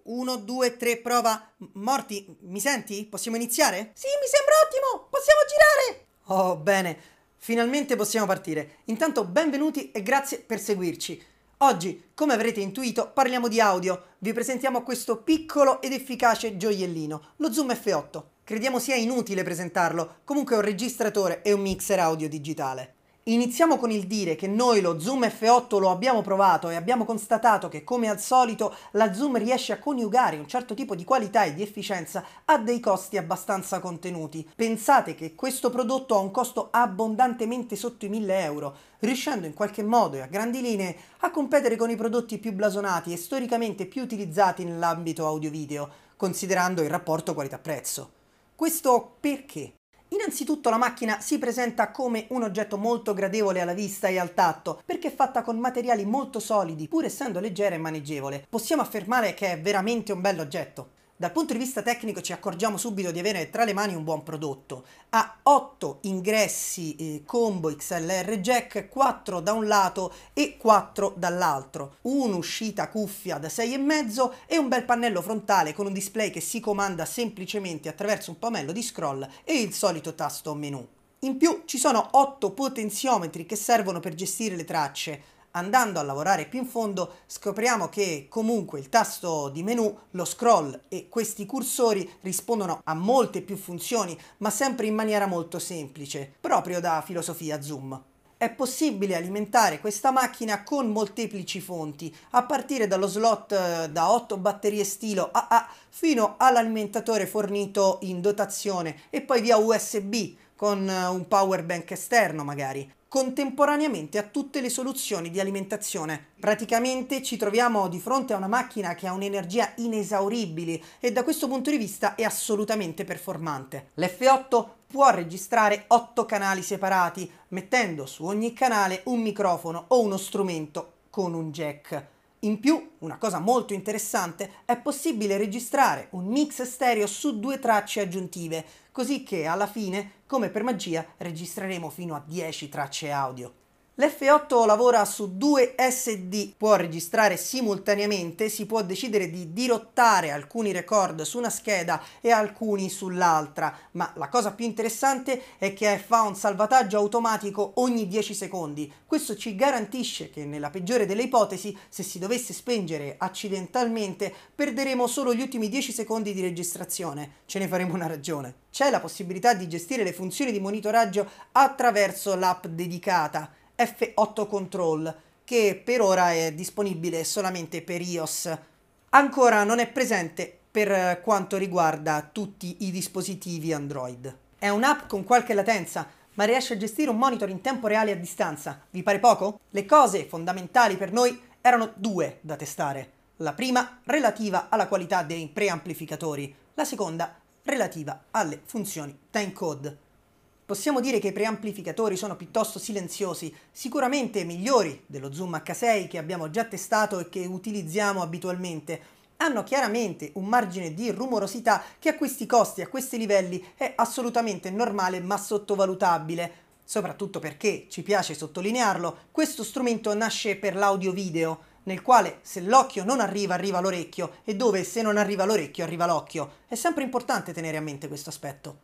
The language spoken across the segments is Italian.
1, 2, 3, prova. Morty, mi senti? Possiamo iniziare? Sì, mi sembra ottimo! Possiamo girare! Oh, bene. Finalmente possiamo partire. Intanto benvenuti e grazie per seguirci. Oggi, come avrete intuito, parliamo di audio. Vi presentiamo questo piccolo ed efficace gioiellino, lo Zoom F8. Crediamo sia inutile presentarlo, comunque è un registratore e un mixer audio digitale. Iniziamo con il dire che noi lo Zoom F8 lo abbiamo provato e abbiamo constatato che, come al solito, la Zoom riesce a coniugare un certo tipo di qualità e di efficienza a dei costi abbastanza contenuti. Pensate che questo prodotto ha un costo abbondantemente sotto i 1000 euro, riuscendo in qualche modo e a grandi linee a competere con i prodotti più blasonati e storicamente più utilizzati nell'ambito audio-video, considerando il rapporto qualità-prezzo. Questo perché? Innanzitutto la macchina si presenta come un oggetto molto gradevole alla vista e al tatto, perché è fatta con materiali molto solidi, pur essendo leggera e maneggevole. Possiamo affermare che è veramente un bell'oggetto. Dal punto di vista tecnico ci accorgiamo subito di avere tra le mani un buon prodotto. Ha 8 ingressi combo XLR jack, 4 da un lato e 4 dall'altro, un'uscita cuffia da 6,5 e un bel pannello frontale con un display che si comanda semplicemente attraverso un pomello di scroll e il solito tasto menu. In più ci sono 8 potenziometri che servono per gestire le tracce. Andando a lavorare più in fondo scopriamo che comunque il tasto di menu, lo scroll e questi cursori rispondono a molte più funzioni, ma sempre in maniera molto semplice, proprio da filosofia Zoom. È possibile alimentare questa macchina con molteplici fonti, a partire dallo slot da 8 batterie stilo AA fino all'alimentatore fornito in dotazione e poi via USB con un power bank esterno magari, contemporaneamente a tutte le soluzioni di alimentazione. Praticamente ci troviamo di fronte a una macchina che ha un'energia inesauribile e da questo punto di vista è assolutamente performante. L'F8 può registrare 8 canali separati, mettendo su ogni canale un microfono o uno strumento con un jack. In più, una cosa molto interessante, è possibile registrare un mix stereo su 2 tracce aggiuntive, così che alla fine, come per magia, registreremo fino a 10 tracce audio. L'F8 lavora su 2 SD, può registrare simultaneamente, si può decidere di dirottare alcuni record su una scheda e alcuni sull'altra, ma la cosa più interessante è che fa un salvataggio automatico ogni 10 secondi. Questo ci garantisce che nella peggiore delle ipotesi, se si dovesse spengere accidentalmente, perderemo solo gli ultimi 10 secondi di registrazione. Ce ne faremo una ragione. C'è la possibilità di gestire le funzioni di monitoraggio attraverso l'app dedicata F8 Control, che per ora è disponibile solamente per iOS. Ancora non è presente per quanto riguarda tutti i dispositivi Android. È un'app con qualche latenza, ma riesce a gestire un monitor in tempo reale a distanza. Vi pare poco? Le cose fondamentali per noi erano 2 da testare. La prima relativa alla qualità dei preamplificatori, la seconda relativa alle funzioni timecode. Possiamo dire che i preamplificatori sono piuttosto silenziosi, sicuramente migliori dello Zoom H6 che abbiamo già testato e che utilizziamo abitualmente. Hanno chiaramente un margine di rumorosità che a questi costi, a questi livelli, è assolutamente normale ma sottovalutabile. Soprattutto perché, ci piace sottolinearlo, questo strumento nasce per l'audio-video, nel quale se l'occhio non arriva, arriva l'orecchio, e dove se non arriva l'orecchio, arriva l'occhio. È sempre importante tenere a mente questo aspetto.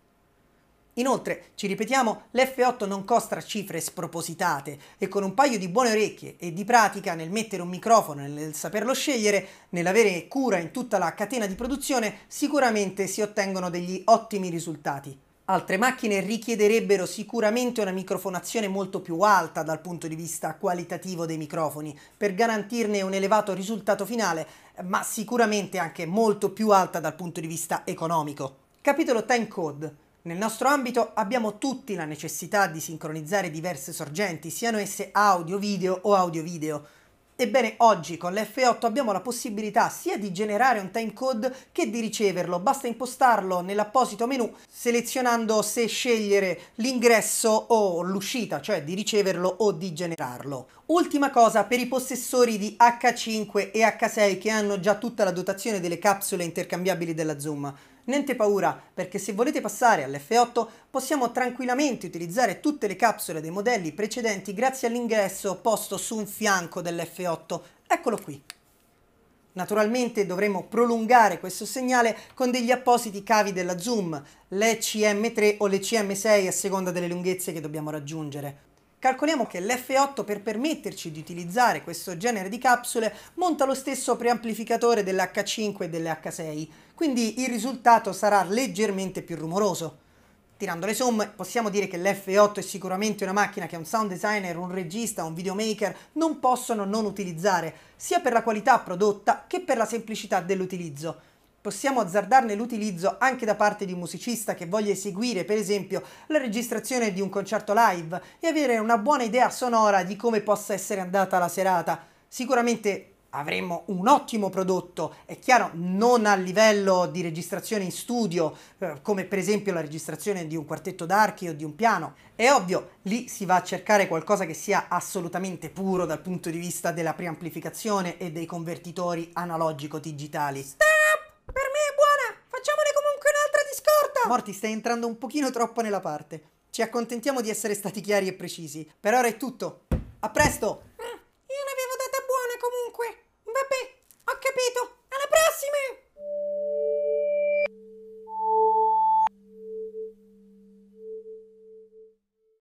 Inoltre, ci ripetiamo, l'F8 non costa cifre spropositate e con un paio di buone orecchie e di pratica nel mettere un microfono e nel saperlo scegliere, nell'avere cura in tutta la catena di produzione, sicuramente si ottengono degli ottimi risultati. Altre macchine richiederebbero sicuramente una microfonazione molto più alta dal punto di vista qualitativo dei microfoni per garantirne un elevato risultato finale, ma sicuramente anche molto più alta dal punto di vista economico. Capitolo timecode. Nel nostro ambito abbiamo tutti la necessità di sincronizzare diverse sorgenti, siano esse audio-video o audio-video. Ebbene, oggi con l'F8 abbiamo la possibilità sia di generare un timecode che di riceverlo. Basta impostarlo nell'apposito menu selezionando se scegliere l'ingresso o l'uscita, cioè di riceverlo o di generarlo. Ultima cosa per i possessori di H5 e H6 che hanno già tutta la dotazione delle capsule intercambiabili della Zoom. Niente paura, perché se volete passare all'F8 possiamo tranquillamente utilizzare tutte le capsule dei modelli precedenti grazie all'ingresso posto su un fianco dell'F8. Eccolo qui. Naturalmente dovremo prolungare questo segnale con degli appositi cavi della Zoom, l'ECM3 o l'ECM6 a seconda delle lunghezze che dobbiamo raggiungere. Calcoliamo che l'F8 per permetterci di utilizzare questo genere di capsule monta lo stesso preamplificatore dell'H5 e dell'H6, quindi il risultato sarà leggermente più rumoroso. Tirando le somme, possiamo dire che l'F8 è sicuramente una macchina che un sound designer, un regista, un videomaker non possono non utilizzare, sia per la qualità prodotta che per la semplicità dell'utilizzo. Possiamo azzardarne l'utilizzo anche da parte di un musicista che voglia eseguire, per esempio, la registrazione di un concerto live e avere una buona idea sonora di come possa essere andata la serata. Sicuramente avremmo un ottimo prodotto, è chiaro, non a livello di registrazione in studio, come per esempio la registrazione di un quartetto d'archi o di un piano. È ovvio, lì si va a cercare qualcosa che sia assolutamente puro dal punto di vista della preamplificazione e dei convertitori analogico-digitali. Per me è buona! Facciamone comunque un'altra di scorta! Morty, stai entrando un pochino troppo nella parte. Ci accontentiamo di essere stati chiari e precisi. Per ora è tutto. A presto! Io l'avevo data buona comunque. Vabbè, ho capito.